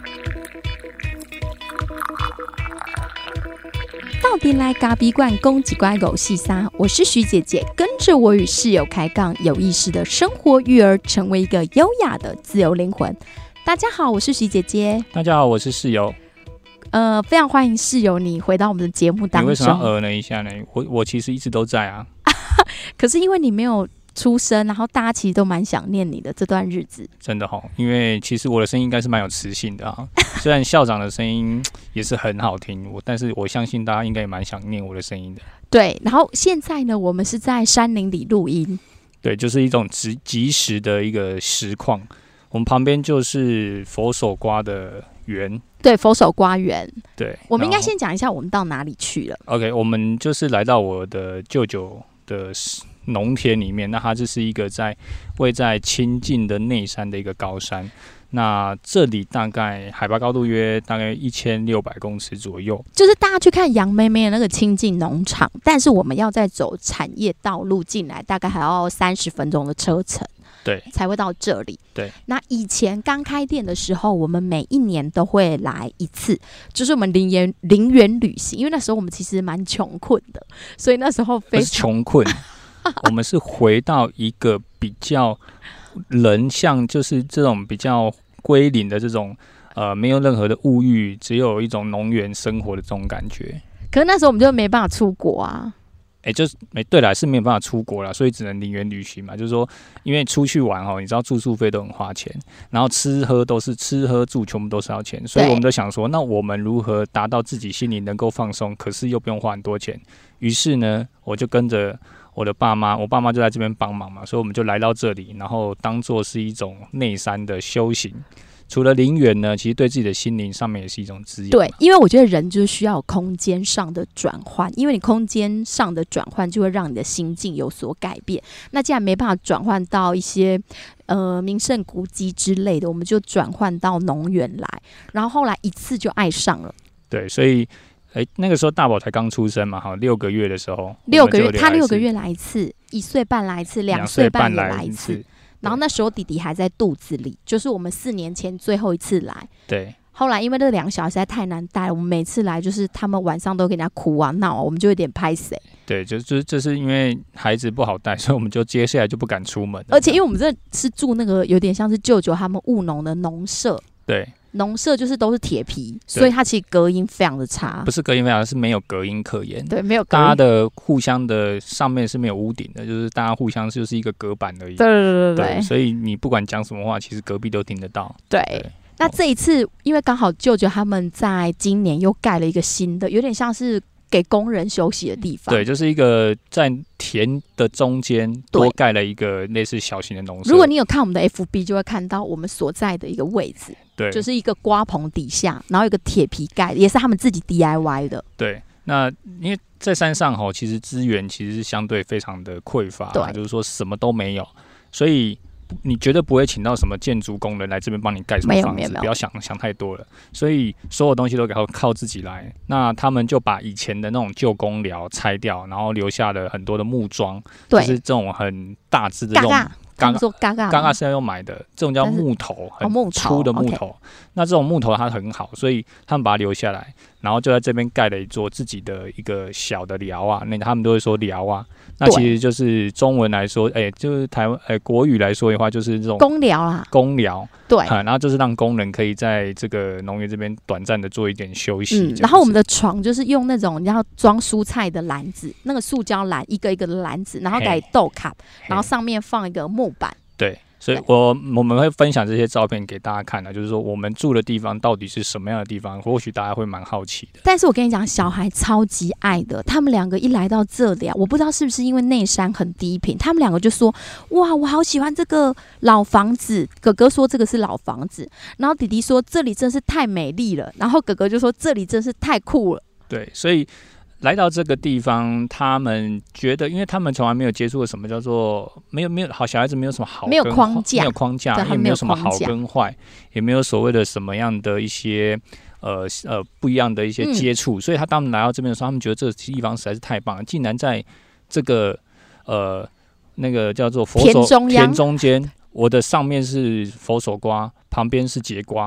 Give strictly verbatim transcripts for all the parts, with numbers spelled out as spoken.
到底来咖啡馆讲一乖狗细沙，我是徐姐姐，跟着我与室友开杠，有意识的生活育儿，成为一个优雅的自由灵魂。大家好，我是徐姐姐。 大家好，我是室友。 呃，非常欢迎室友你回到我们的节目当中。 你为什么要呃了一下呢？我我其实一直都在啊。 可是因为你没有出声，然后大家其实都蛮想念你的这段日子。 真的齁，因为其实我的声音应该是蛮有磁性的啊。虽然校长的声音也是很好听，我但是我相信大家应该也蛮想念我的声音的。 对，然后现在呢，我们是在山林里录音。 对，就是一种即即时的一个实况。我们旁边就是佛手瓜的园。 对，佛手瓜园。 对， 我们应该先讲一下我们到哪里去了。 OK， 我们就是来到我的舅舅的农田里面，那它这是一个在位在清境的内山的一个高山。那这里大概海拔高度约大概一千六百公尺左右， 就是大家去看杨妹妹的那个清境农场，但是我们要再走产业道路进来，大概还要三十分钟的车程。 对， 才会到这里。 对， 那以前刚开店的时候，我们每一年都会来一次，就是我们零元零元旅行，因为那时候我们其实蛮穷困的，所以那时候非常不是穷困，我们是回到一个比较人像，就是这种比较归零的这种呃，没有任何的物欲，只有一种农园生活的这种感觉。 可是那时候我们就没办法出国啊。 哎、欸，就是哎，对了，是没有办法出国了，所以只能零元旅行嘛。就是说，因为出去玩哦，你知道住宿费都很花钱，然后吃喝都是吃喝住全部都是要钱，所以我们就想说，那我们如何达到自己心里能够放松，可是又不用花很多钱？于是呢，我就跟着我的爸妈，我爸妈就在这边帮忙嘛，所以我们就来到这里，然后当做是一种内山的修行。除了灵园呢，其实对自己的心灵上面也是一种滋养。 对，因为我觉得人就是需要有空间上的转换，因为你空间上的转换就会让你的心境有所改变。那既然没办法转换到一些呃名胜古迹之类的，我们就转换到农园来，然后后来一次就爱上了。 对，所以哎，那个时候大宝才刚出生嘛，哈，六个月的时候， 六个月，他六个月来一次，一岁半来一次，两岁半也来一次。然后那时候弟弟还在肚子里，就是我们四年前最后一次来。 对。 后来因为那两个小孩实在太难带了，我们每次来就是他们晚上都给人家哭啊闹啊，我们就有点拍谁。 对，就就就是因为孩子不好带，所以我们就接下来就不敢出门。 而且因为我们这是住那个有点像是舅舅他们务农的农舍。 对。 农舍就是都是铁皮，所以它其实隔音非常的差。 不是隔音非常，是没有隔音可言。 对，没有隔音。 大家的互相的上面是没有屋顶的，就是大家互相就是一个隔板而已。 对对对 对, 对。所以你不管讲什么话，其实隔壁都听得到。 对。对，那这一次，因为刚好舅舅他们在今年又盖了一个新的，有点像是给工人休息的地方。 对，就是一个在田的中间多盖了一个类似小型的农舍。 如果你有看我们的 F B， 就会看到我们所在的一个位置。 对， 就是一个瓜棚底下，然后有一个铁皮盖，也是他们自己 D I Y 的。 对，那因为在山上吼，其实资源其实是相对非常的匮乏，对，就是说什么都没有，所以你绝对不会请到什么建筑工人来这边帮你盖什么房子，不要想想太多了。所以所有东西都靠靠自己来。那他们就把以前的那种旧公寮拆掉，然后留下了很多的木桩，就是这种很大只的这种。 刚刚说嘎嘎， 嘎嘎是要用买的，这种叫木头，很粗的木头。哦、那这种木头它很好，所以他们把它留下来，然后就在这边盖了一座自己的一个小的寮啊。那他们都会说寮啊，那其实就是中文来说，哎、欸，就是台湾哎、欸、国语来说的话，就是这种公寮啦， 公寮。 对、 嗯，然后就是让工人可以在这个农园这边短暂的做一点休息。 嗯，然后我们的床就是用那种你要装蔬菜的篮子，那个塑胶篮一个一个的篮子，然后给豆卡，然后上面放一个木板。 对，所以我我们会分享这些照片给大家看的，就是说我们住的地方到底是什么样的地方，或许大家会蛮好奇的。 但是我跟你讲，小孩超级爱的，他们两个一来到这里啊，我不知道是不是因为内山很低频，他们两个就说：“哇，我好喜欢这个老房子。”哥哥说这个是老房子，然后弟弟说这里真是太美丽了，然后哥哥就说这里真是太酷了。 对，所以。来到这个地方，他们觉得，因为他们从来没有接触过什么叫做没有没有好小孩子，没有什么好， 没有框架， 没有框架，也没有什么好跟坏，也没有所谓的什么样的一些呃呃不一样的一些接触、嗯，所以他当他们来到这边的时候，他们觉得这个地方实在是太棒了，竟然在这个呃那个叫做佛手田中间，我的上面是佛手瓜，旁边是节瓜。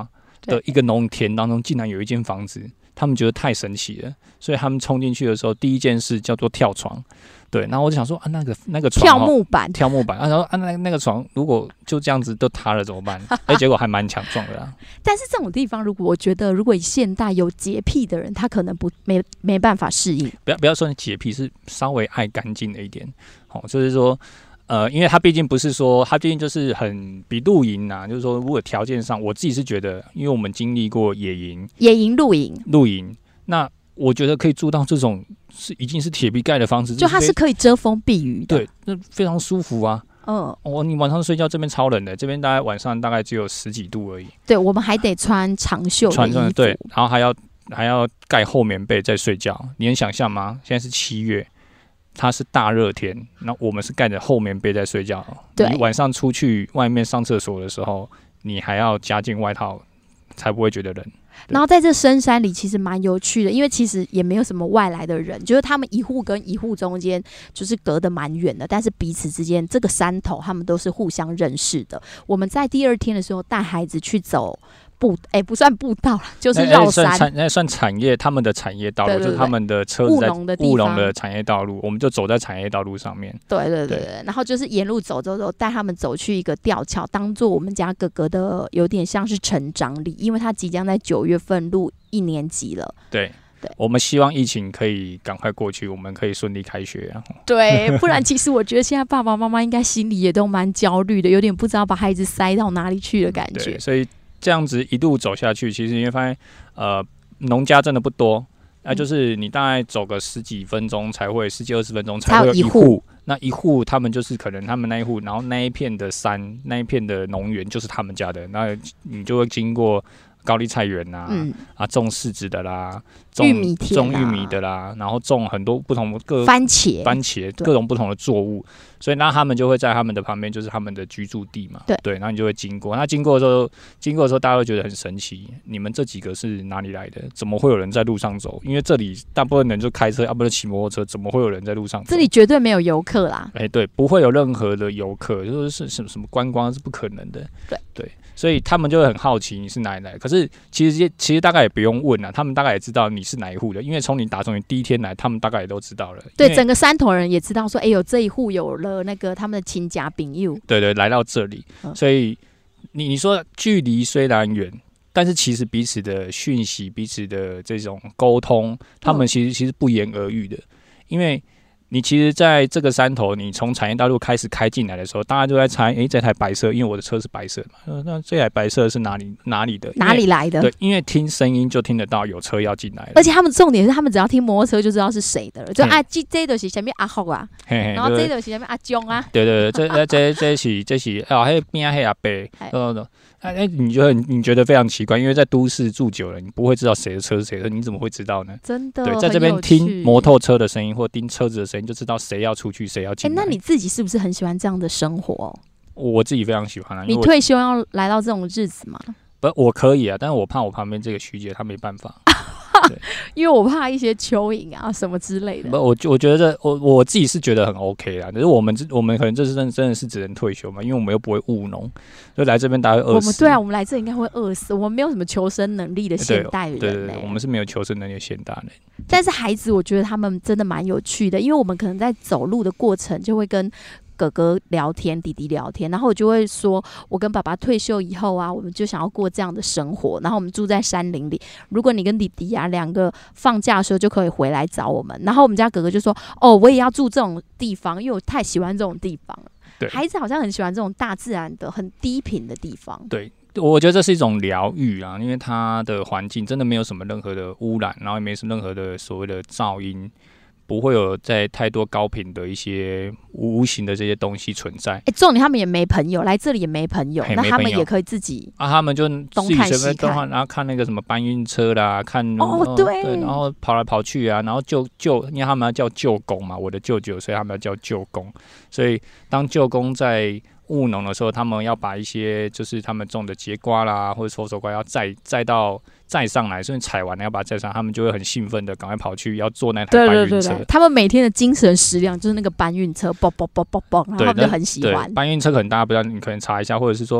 的一个农田当中，竟然有一间房子，他们觉得太神奇了，所以他们冲进去的时候，第一件事叫做跳床。对，然后我就想说啊，那个那个床跳木板， 跳木板，啊，然后啊，那那个床如果就这样子都塌了怎么办？哎，结果还蛮强壮的啦。 但是这种地方，如果我觉得，如果现代有洁癖的人，他可能不没没办法适应。 不要不要说洁癖，是稍微爱干净的一点。哦，就是说，呃，因为他毕竟不是说，他毕竟就是很比露营啊，就是说，如果条件上，我自己是觉得，因为我们经历过野营、 野营、露营、 露营，那我觉得可以住到这种是已经是铁皮盖的房子， 就它是可以遮风避雨的， 对，那非常舒服啊。嗯，哦，你晚上睡觉这边超冷的，这边大概晚上大概只有十几度而已。 对，我们还得穿长袖的衣服， 穿对，然后还要还要盖厚棉被再睡觉。你能想象吗？现在是七月。它是大热天，那我们是盖着厚棉被在睡觉。对，你晚上出去外面上厕所的时候，你还要加件外套，才不会觉得冷。 然后在这深山里，其实蛮有趣的，因为其实也没有什么外来的人，就是他们一户跟一户中间就是隔得蛮远的，但是彼此之间这个山头他们都是互相认识的。我们在第二天的时候带孩子去走步，哎、欸，不算步道了，就是绕山， 那、欸、算产业，他们的产业道路，对对对，就是他们的车子在务农的产业道路，我们就走在产业道路上面。 对对 对, 对，然后就是沿路走走走，带他们走去一个吊桥，当做我们家哥哥的有点像是成长礼，因为他即将在九月份入一年级了。 对。对，我们希望疫情可以赶快过去，我们可以顺利开学啊。 对，不然其实我觉得现在爸爸妈妈应该心里也都蛮焦虑的，有点不知道把孩子塞到哪里去的感觉。 对，所以这样子一路走下去，其实你会发现，呃，农家真的不多，那、呃、就是你大概走个十几分钟才会，十几二十分钟才会有一户。那一户他们就是可能他们那一户，然后那一片的山，那一片的农园就是他们家的，那你就会经过。高丽菜园呐、啊，嗯、啊，种柿子的啦，种玉米田、啊、 种玉米的啦，然后种很多不同的各番茄、 番茄各种不同的作物，所以那他们就会在他们的旁边，就是他们的居住地嘛。对，对，然后你就会经过，那经过的时候，经过的时候，大家会觉得很神奇，你们这几个是哪里来的？怎么会有人在路上走？因为这里大部分人就开车，要不然骑摩托车，怎么会有人在路上走？ 这里绝对没有游客啦。 哎、欸，对，不会有任何的游客，就是什么什么观光是不可能的。对对。所以他们就会很好奇你是哪里来的，可是其实其实大概也不用问啊，他们大概也知道你是哪一户的，因为从你打从你第一天来，他们大概也都知道了。 对，整个山头人也知道说，哎、欸，有这一户有了那个他们的亲家朋友。 对对，来到这里，嗯、所以你你说距离虽然远，但是其实彼此的讯息、彼此的这种沟通，他们其实其实不言而喻的，因为。你其实在这个山头，你从产业道路开始开进来的时候，大家都在猜，哎、欸，这台白色，因为我的车是白色的嘛，那这台白色是哪里哪里的？ 哪里来的？ 对，因为听声音就听得到有车要进来了。 而且他们重点是，他们只要听摩托车就知道是谁的了，就啊，这这就是下面阿福啊，嘿嘿然后这就是下面阿忠啊。 对对对，这这这是这是哦，还有边黑阿伯，对对。哎、啊，你觉得你觉得非常奇怪，因为在都市住久了，你不会知道谁的车是谁的，你怎么会知道呢？ 真的， 对，在这边听摩托车的声音或听车子的声音，就知道谁要出去，谁要进来。 哎、欸，那你自己是不是很喜欢这样的生活、哦？ 我自己非常喜欢啊。 你退休要来到这种日子吗？ 不，我可以啊，但是我怕我旁边这个徐姐她没办法。 因为我怕一些蚯蚓啊什么之类的。 不，我我觉得我我自己是觉得很 OK 啦。可是我们我们可能这是真真的是只能退休嘛，因为我们又不会务农，就来这边大概会饿死。 我们对啊，我们来这应该会饿死。我们没有什么求生能力的现代人、欸。 对对对，我们是没有求生能力的现代人。 但是孩子，我觉得他们真的蛮有趣的，因为我们可能在走路的过程就会跟。哥哥聊天，弟弟聊天，然后我就会说，我跟爸爸退休以后啊，我们就想要过这样的生活。然后我们住在山林里，如果你跟弟弟啊两个放假的时候就可以回来找我们。然后我们家哥哥就说，哦，我也要住这种地方，因为我太喜欢这种地方了。对，孩子好像很喜欢这种大自然的、很低频的地方。 对。我觉得这是一种疗愈啊，因为它的环境真的没有什么任何的污染，然后也没什么任何的所谓的噪音。不会有在太多高频的一些无形的这些东西存在。哎、 欸，重点他们也没朋友，来这里也没朋友，那他们也可以自己啊，他们就自己随便动换，然后看那个什么搬运车啦，看哦对对，然后跑来跑去啊，然后舅舅，因为他们要叫舅公嘛，我的舅舅，所以他们要叫舅公，所以当舅公在。务农的时候，他们要把一些就是他们种的节瓜啦，或者佛手瓜要载载到载上来，所以采完了要把它载上，他们就会很兴奋的赶快跑去要坐那台搬运车。对对对对， 他们每天的精神食粮就是那个搬运车，嘣嘣嘣嘣嘣，然后他们就很喜欢。 搬运车可能大家不知道，你可能查一下，或者是说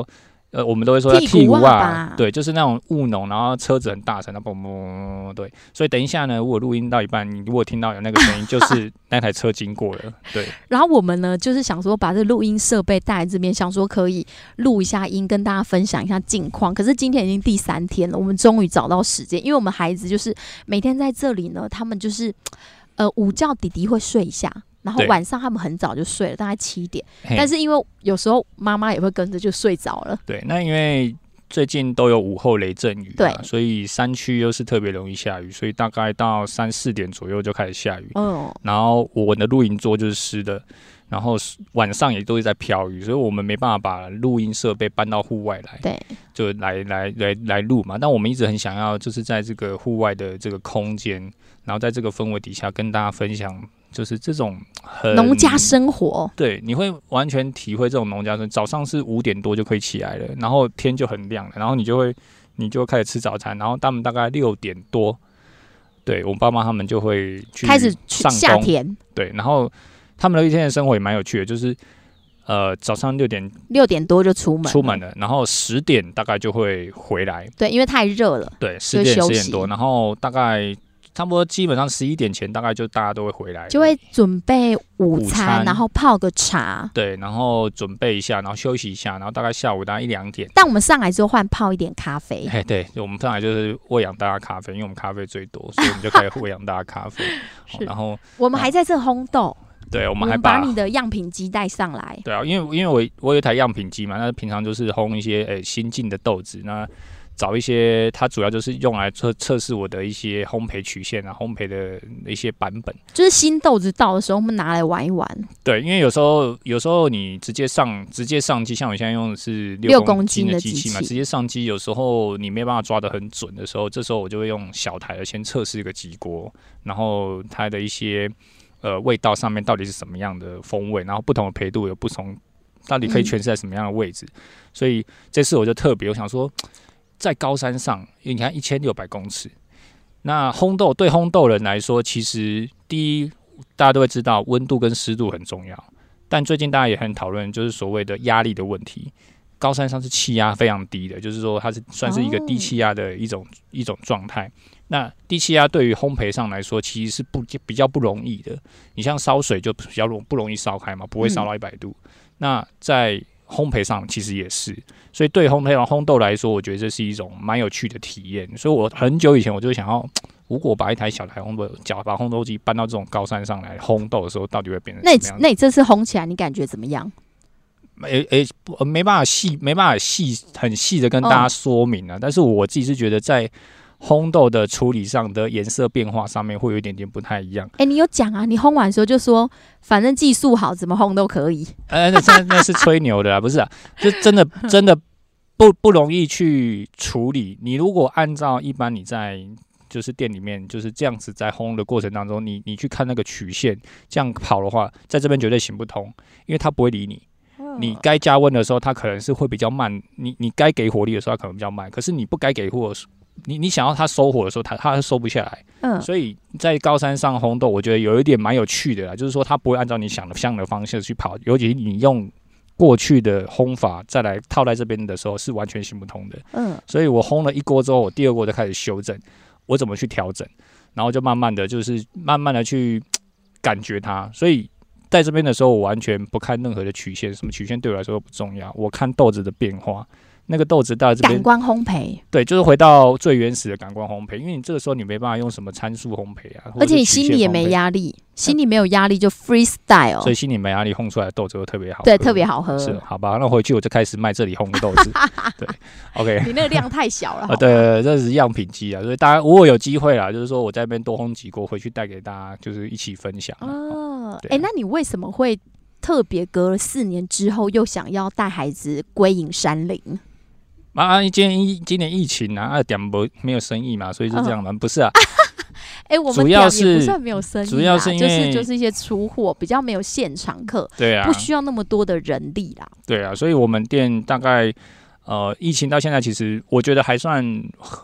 呃，我们都会说要剔骨啊， 吧， 对，就是那种务农，然后车子很大声，然后嘣嘣，对，所以等一下呢，我录音到一半，你如果听到有那个声音，就是那台车经过了，对。 然后我们呢，就是想说把这录音设备带来这边，想说可以录一下音，跟大家分享一下近况。可是今天已经第三天了，我们终于找到时间，因为我们孩子就是每天在这里呢，他们就是呃午觉弟弟会睡一下。然后晚上他们很早就睡了，大概七点。但是因为有时候妈妈也会跟着就睡着了。 对，那因为最近都有午后雷阵雨， 对， 所以山区又是特别容易下雨，所以大概到三四点左右就开始下雨。嗯，然后我的录音桌就是湿的，然后晚上也都是在飘雨，所以我们没办法把录音设备搬到户外来， 对， 就来来来来录嘛。但我们一直很想要，就是在这个户外的这个空间，然后在这个氛围底下跟大家分享。就是这种很农家生活， 对，你会完全体会这种农家生活。早上是五点多就可以起来了，然后天就很亮了，然后你就会，你就会开始吃早餐，然后他们大概六点多，对我爸妈他们就会去开始上工， 下田， 对，然后他们的一天的生活也蛮有趣的，就是呃早上六点六点多就出门出门了，然后十点大概就会回来， 对，因为太热了， 对，十点十点多，然后大概。差不多基本上十一点前，大概就大家都会回来， 就会准备午餐， 午餐然后泡个茶， 对，然后准备一下，然后休息一下，然后大概下午大概一两点。 但我们上来之后换泡一点咖啡， 哎，对，我们上来就是喂养大家咖啡，因为我们咖啡最多，所以我们就可以喂养大家咖啡。然后我们还在这烘豆， 对，我我们还把你的样品机带上来。 对啊，因为因为我我有一台样品机嘛，那平常就是烘一些诶新进的豆子，那。找一些，它主要就是用来测测试我的一些烘焙曲线啊，烘焙的一些版本。 就是新豆子到的时候，我们拿来玩一玩。 对，因为有时候有时候你直接上直接上机，像我现在用的是六公斤的机器嘛，直接上机，有时候你没办法抓得很准的时候，这时候我就会用小台的先测试一个机锅，然后它的一些呃味道上面到底是什么样的风味，然后不同的焙度有不同，到底可以诠释在什么样的位置。嗯、所以这次我就特别，我想说。在高山上，你看一千六百公尺，那烘豆对烘豆人来说，其实第一大家都会知道温度跟湿度很重要，但最近大家也很讨论就是所谓的压力的问题。高山上是气压非常低的，就是说它是算是一个低气压的一种、oh. 一种状态。那低气压对于烘焙上来说，其实是不比较不容易的。你像烧水就比较不容易烧开嘛，不会烧到一百度。嗯、那在烘焙上其实也是，所以对烘焙烘豆来说，我觉得这是一种蛮有趣的体验。所以我很久以前我就想要，如果把一台小台烘豆，把烘豆机搬到这种高山上来烘豆的时候，到底会变成什么样子？ 那你那你这次烘起来，你感觉怎么样？ 诶、欸、诶、欸，没办法细，没办法细很细的跟大家说明啊。嗯、但是我自己是觉得在。烘豆的处理上的颜色变化上面会有一点点不太一样。 哎、欸，你有讲啊？你烘完的时候就说，反正技术好，怎么烘都可以。 呃，那那那是吹牛的啦，不是啊？就真的真的不不容易去处理。你如果按照一般你在就是店里面就是这样子在烘的过程当中，你你去看那个曲线这样跑的话，在这边绝对行不通，因为它不会理你。你该加温的时候，它可能是会比较慢；你你该给火力的时候，它可能比较慢。可是你不该给火的时候，你你想要它收火的时候，它它收不下来。嗯，所以在高山上烘豆，我觉得有一点蛮有趣的啦，就是说它不会按照你想的像的方式去跑，尤其你用过去的烘法再来套在这边的时候，是完全行不通的。嗯，所以我烘了一锅之后，我第二锅就开始修正，我怎么去调整，然后就慢慢的就是慢慢的去感觉它，所以。在这边的时候，我完全不看任何的曲线，什么曲线对我来说都不重要。我看豆子的变化，那个豆子到这边感官烘焙， 对，就是回到最原始的感官烘焙。因为你这个时候你没办法用什么参数烘焙啊， 而且你心里也没压力，心里没有压力就 freestyle， 所以心里没压力，烘出来的豆子都特别好喝， 对，特别好喝。 是，好吧，那回去我就开始卖这里烘的豆子。对 ，OK， 你那个量太小了。 啊，对，这是样品机啊，所以大家如果有机会啦，就是说我在那边多烘几锅回去带给大家，就是一起分享。 哦，哎、欸，那你为什么会？特别隔了四年之后，又想要带孩子归隐山林啊！今年今年疫情啊，啊点不没有生意嘛，所以就这样嘛，嗯、不是啊？ 哎、欸，我们主要是也不算没有生意， 主要是因为就是就是一些出货比较没有现场课， 对啊， 不需要那么多的人力啦。 对啊，所以我们店大概呃疫情到现在，其实我觉得还算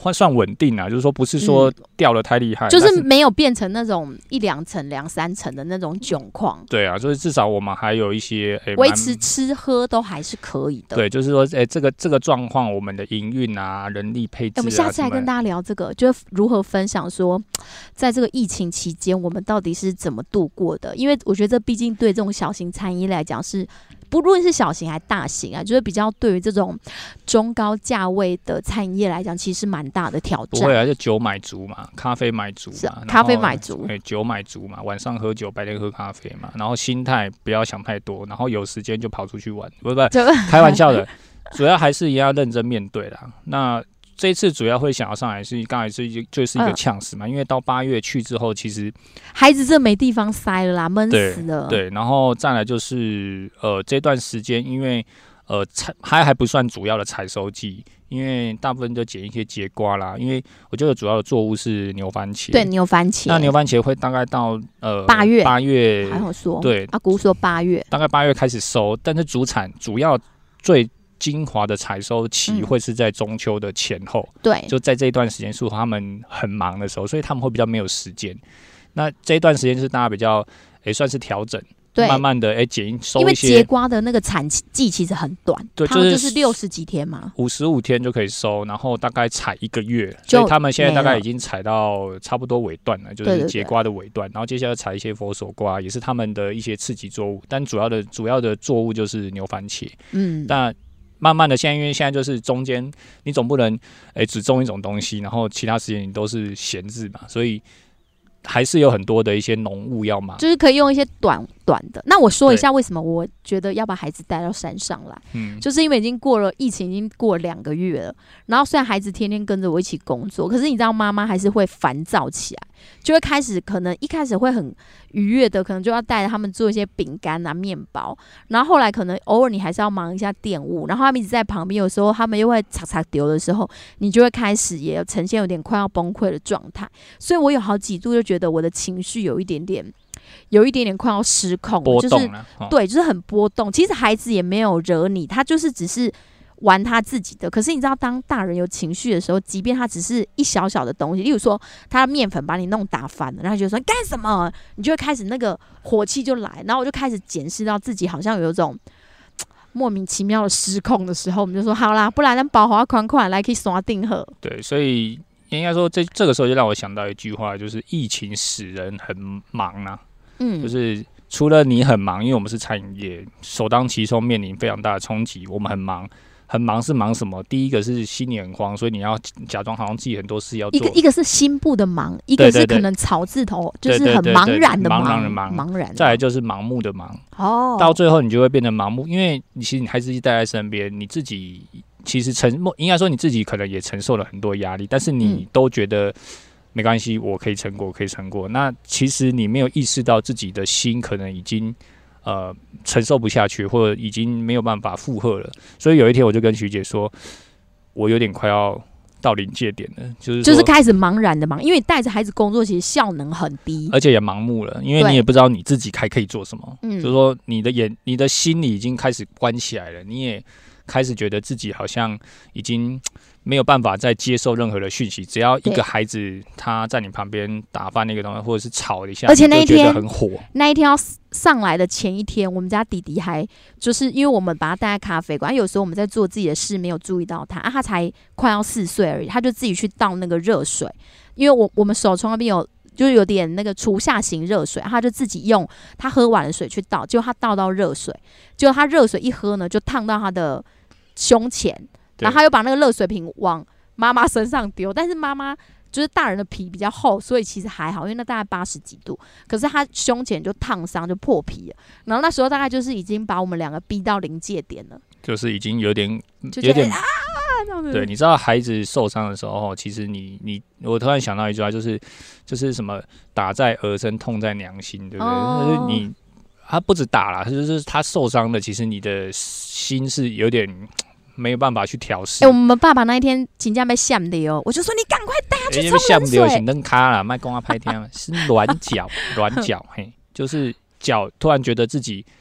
算稳定啊，就是说不是说掉的太厉害、 嗯，就是没有变成那种一两层、两三层的那种窘况。 对啊，就是至少我们还有一些维、欸、持吃喝都还是可以的。 对，就是说，哎、欸，这个这个状况，我们的营运啊、人力配置、啊欸， 我们下次来跟大家聊这个，就是如何分享说，在这个疫情期间，我们到底是怎么度过的？因为我觉得这毕竟对这种小型餐饮来讲是。不论是小型还大型啊，就是比较对于这种中高价位的餐饮业来讲，其实蛮大的挑战。 不会啊，就酒买足嘛，咖啡买足嘛， 啊、咖啡买足， 对，酒买足嘛，晚上喝酒，白天喝咖啡嘛，然后心态不要想太多，然后有时间就跑出去玩，不不，开玩笑的，主要还是也要认真面对啦。那这一次主要会想要上来是刚才是就是一个呛死嘛、嗯，因为到八月去之后，其实孩子这没地方塞了啦，闷死了。 对，然后再来就是呃这段时间，因为呃采还还不算主要的采收季，因为大部分就捡一些节瓜啦。因为我觉得主要的作物是牛番茄， 对，牛番茄。 那牛番茄会大概到呃八月， 八月还好说， 对， 阿姑说八月， 大概八月开始收，但是主产主要最精华的采收期会是在中秋的前后，对、嗯，就在这一段时间是他们很忙的时候，所以他们会比较没有时间。那这一段时间就是大家比较，哎、欸，算是调整，对，慢慢的哎减、欸、收一些。 因为节瓜的那个产季其实很短， 对， 他们就是六十几天嘛， 五十五天就可以收，然后大概采一个月，所以他们现在大概已经采到差不多尾段了，就是节瓜的尾段，然后接下来采一些佛手瓜，也是他们的一些次级作物，但主要的主要的作物就是牛番茄，嗯，但。慢慢的，现在因为现在就是中间，你总不能诶、欸、只种一种东西，然后其他时间你都是闲置嘛，所以还是有很多的一些农务要忙， 就是可以用一些短短的。那我说一下为什么我觉得要把孩子带到山上来，嗯，就是因为已经过了疫情，已经过了两个月了。然后虽然孩子天天跟着我一起工作，可是你知道妈妈还是会烦躁起来，就会开始可能一开始会很愉悦的，可能就要带着他们做一些饼干啊、面包，然后后来可能偶尔你还是要忙一下店务，然后他们一直在旁边，有时候他们又会擦擦丢的时候，你就会开始也呈现有点快要崩溃的状态。所以我有好几度就觉得我的情绪有一点点。有一点点快要失控， 波动了，就是、对，就是很波动。其实孩子也没有惹你，他就是只是玩他自己的。可是你知道，当大人有情绪的时候，即便他只是一小小的东西，例如说他的面粉把你弄打翻了，然后就说干什么，你就会开始那个火气就来，然后我就开始检视到自己好像有一种莫名其妙的失控的时候，我们就说好啦，不然咱保华款款来去刷定好。 对，所以应该说这这个时候就让我想到一句话，就是疫情使人很忙啊。嗯，就是除了你很忙，因为我们是餐饮业，首当其冲面临非常大的冲击。我们很忙，很忙是忙什么？第一个是心里很慌，所以你要假装好像自己很多事要做。 一个一个是心部的忙，一个是可能草字头， 对对对， 就是很茫然的忙， 茫然的忙， 茫然。 再来就是盲目的忙。 哦， 到最后你就会变得盲目，因为你其实你孩子带在身边，你自己其实承应该说你自己可能也承受了很多压力，但是你都觉得。嗯没关系，我可以撑过，我可以撑过。那其实你没有意识到自己的心可能已经呃承受不下去，或者已经没有办法负荷了。所以有一天我就跟徐姐说，我有点快要到临界点了，就是就是开始茫然的忙，因为带着孩子工作，其实效能很低， 而且也盲目了，因为你也不知道你自己还可以做什么。嗯，就是说你的眼、你的心里已经开始关起来了，你也开始觉得自己好像已经。没有办法再接受任何的讯息，只要一个孩子他在你旁边打翻那个东西，或者是吵一下， 而且那一天很火。 那一天要上来的前一天，我们家弟弟还就是因为我们把他带在咖啡馆，有时候我们在做自己的事，没有注意到他啊，他才快要四岁而已，他就自己去倒那个热水，因为我我们手冲那边有就是有点那个厨下型热水，他就自己用他喝完的水去倒，结果他倒到热水，结果他热水一喝呢，就烫到他的胸前。然后他又把那个热水瓶往妈妈身上丢，但是妈妈就是大人的皮比较厚，所以其实还好，因为那大概八十几度，可是他胸前就烫伤，就破皮了。然后那时候大概就是已经把我们两个逼到临界点了， 就是已经有点有点啊这样子。 对，你知道孩子受伤的时候，其实你你我突然想到一句话，就是就是什么打在儿身，痛在娘心，对不对？哦、就是你他不止打啦，就是他受伤了，其实你的心是有点。没有办法去调试。 哎、欸，我们爸爸那一天真的被吓到哦，我就说你赶快带他去冲冷水。 是扔卡啦，卖公啊拍天是软脚，软脚嘿，就是脚突然觉得自己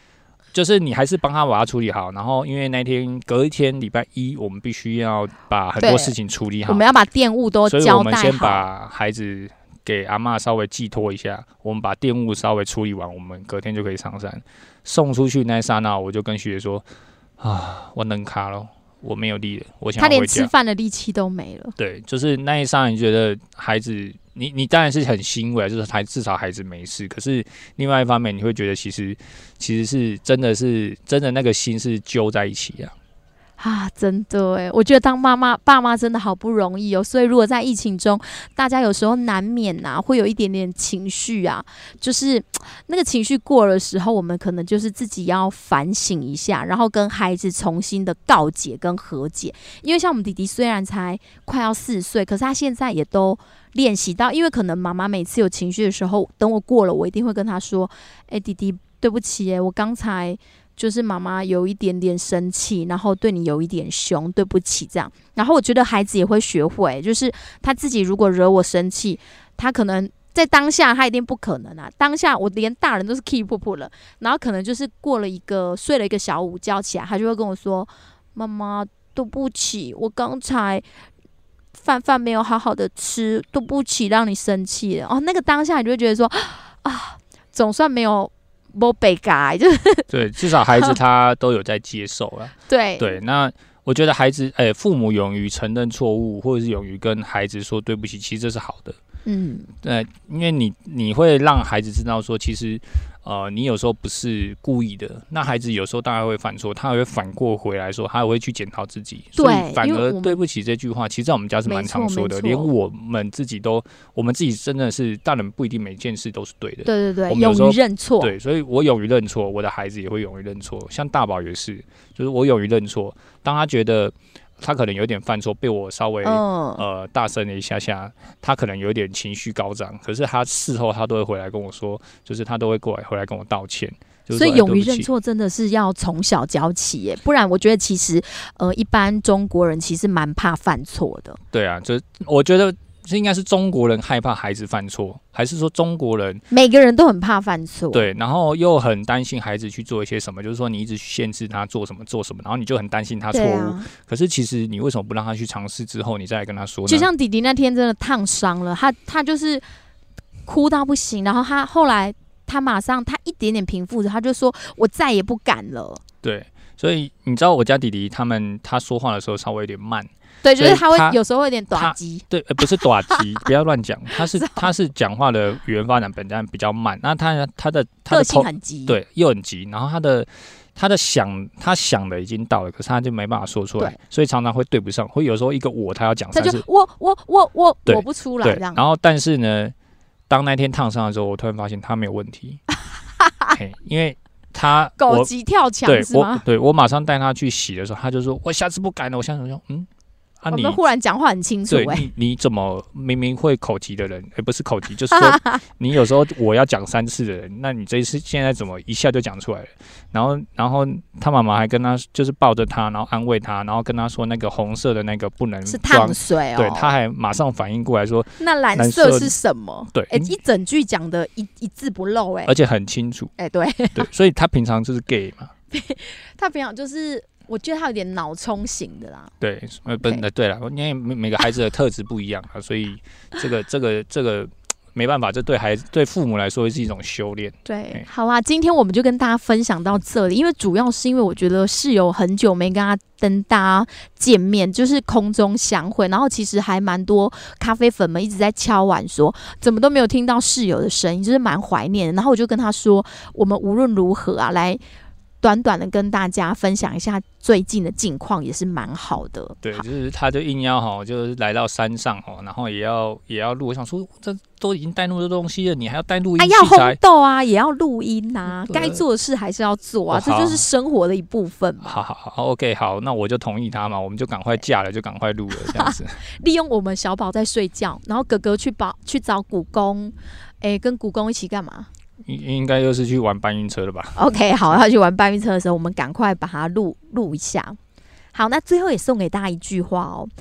就是你还是帮他把它处理好，然后因为那天隔一天礼拜一，我们必须要把很多事情处理好， 我们要把店务都交代好， 所以我们先把孩子给阿嬷稍微寄托一下，我们把店务稍微处理完，我们隔天就可以上山。送出去那一刹那，我就跟学姐说：“啊，我能卡了，我没有力了，我想回家。”他连吃饭的力气都没了。 对，就是那一刹那，你觉得孩子。你你当然是很欣慰，就是孩至少孩子没事。可是另外一方面，你会觉得其实其实是真的是真的那个心是揪在一起啊。 啊，真的哎，我觉得当妈妈爸妈真的好不容易哦。所以如果在疫情中，大家有时候难免呐、啊，会有一点点情绪啊，就是那个情绪过了的时候，我们可能就是自己要反省一下，然后跟孩子重新的告解跟和解。因为像我们弟弟虽然才快要四岁，可是他现在也都练习到，因为可能妈妈每次有情绪的时候，等我过了，我一定会跟他说：“哎、欸，弟弟，对不起，哎，我刚才。”就是妈妈有一点点生气，然后对你有一点凶，对不起这样。然后我觉得孩子也会学会，就是他自己如果惹我生气，他可能在当下他一定不可能啊。当下我连大人都是 keep 噗噗了，然后可能就是过了一个睡了一个小午觉起来，他就会跟我说：“妈妈，对不起，我刚才饭饭没有好好的吃，对不起，让你生气了。”哦，那个当下你就会觉得说啊，总算没有。没被改，就是对，至少孩子他都有在接受了。 对对，那我觉得孩子，哎、欸，父母勇于承认错误，或者是勇于跟孩子说对不起，其实这是好的。嗯，对，因为你你会让孩子知道说，其实呃，你有时候不是故意的。那孩子有时候当然会犯错，他还会反过回来说，他也会去检讨自己。所以反而对不起这句话，其实在我们家是蛮常说的，连我们自己都，我们自己真的是大人不一定每件事都是对的。 对对对，勇于认错。 对，所以我勇于认错，我的孩子也会勇于认错。像大宝也是，就是我勇于认错，当他觉得。他可能有点犯错，被我稍微、嗯、呃大声了一下下，他可能有点情绪高涨，可是他事后他都会回来跟我说，就是他都会过来回来跟我道歉。就是、 所以勇于认错真的是要从小教起耶，不然我觉得其实呃一般中国人其实蛮怕犯错的。 对啊，就我觉得。这应该是中国人害怕孩子犯错，还是说中国人每个人都很怕犯错？ 对，然后又很担心孩子去做一些什么，就是说你一直限制他做什么做什么，然后你就很担心他错误、啊。可是其实你为什么不让他去尝试之后，你再来跟他说呢？ 就像弟弟那天真的烫伤了，他他就是哭到不行，然后他后来他马上他一点点平复，他就说我再也不敢了。 对，所以你知道我家弟弟他们他说话的时候稍微有点慢。 对，就是他会有时候会有点短击， 对，呃，不是短击，不要乱讲，他是他是讲话的语言发展本身比较慢，那他他的他的个性很急， 对，又很急，然后他的他的想他想的已经到了，可是他就没办法说出来，所以常常会对不上，会有时候一个我他要讲三次， 他就我我我我我不出来这样， 然后但是呢，当那天烫伤的时候，我突然发现他没有问题，因为。他狗急跳墙是吗？ 对，我马上带他去洗的时候，他就说：“我下次不敢了。”我下次说：“嗯。”啊你， 我们忽然讲话很清楚、欸， 对，你你怎么明明会口急的人，也、欸、不是口急，就是说你有时候我要讲三次的人，那你这一次现在怎么一下就讲出来了？然后，然后他妈妈还跟他就是抱着他，然后安慰他，然后跟他说那个红色的那个不能是烫水哦， 对，他还马上反应过来说那蓝色是什么？ 对， 哎、欸，一整句讲的一一字不漏、欸，哎， 而且很清楚， 哎、欸，对对，所以他平常就是 gay 嘛， 他平常就是。我觉得他有点脑冲型的啦。 对，呃，不，呃，对了，因为每每个孩子的特质不一样啊，所以这个这个这个没办法，这对孩子对父母来说是一种修炼。 对，好啦，今天我们就跟大家分享到这里，因为主要是因为我觉得室友很久没跟他跟大家见面，就是空中相会，然后其实还蛮多咖啡粉们一直在敲碗说，怎么都没有听到室友的声音，就是蛮怀念的。然后我就跟他说，我们无论如何啊，来。短短的跟大家分享一下最近的近况，也是蛮好的。 对，就是他就硬要哈，就是来到山上哈，然后也要也要录。我想说，这都已经带录的东西了，你还要带录音器材？ 啊，要烘豆啊，也要录音呐、啊，该做的事还是要做啊，哦、这就是生活的一部分嘛。 好好好 ，OK， 好，那我就同意他嘛，我们就赶快嫁了，就赶快录了，这样子。 利用我们小宝在睡觉，然后哥哥去保去找古公，哎，跟古公一起干嘛？ 应该又是去玩搬运车了吧 ？OK， 好，要去玩搬运车的时候，我们赶快把它录录一下。好，那最后也送给大家一句话哦：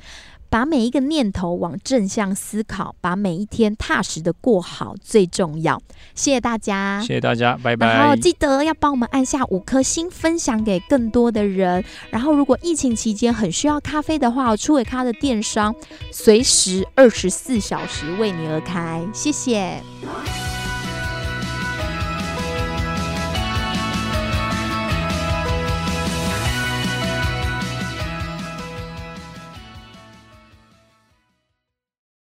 把每一个念头往正向思考，把每一天踏实的过好最重要。谢谢大家， 谢谢大家，拜拜。 然后记得要帮我们按下五颗星，分享给更多的人。然后如果疫情期间很需要咖啡的话，初尾咖的电商随时二十四小时为你而开。谢谢。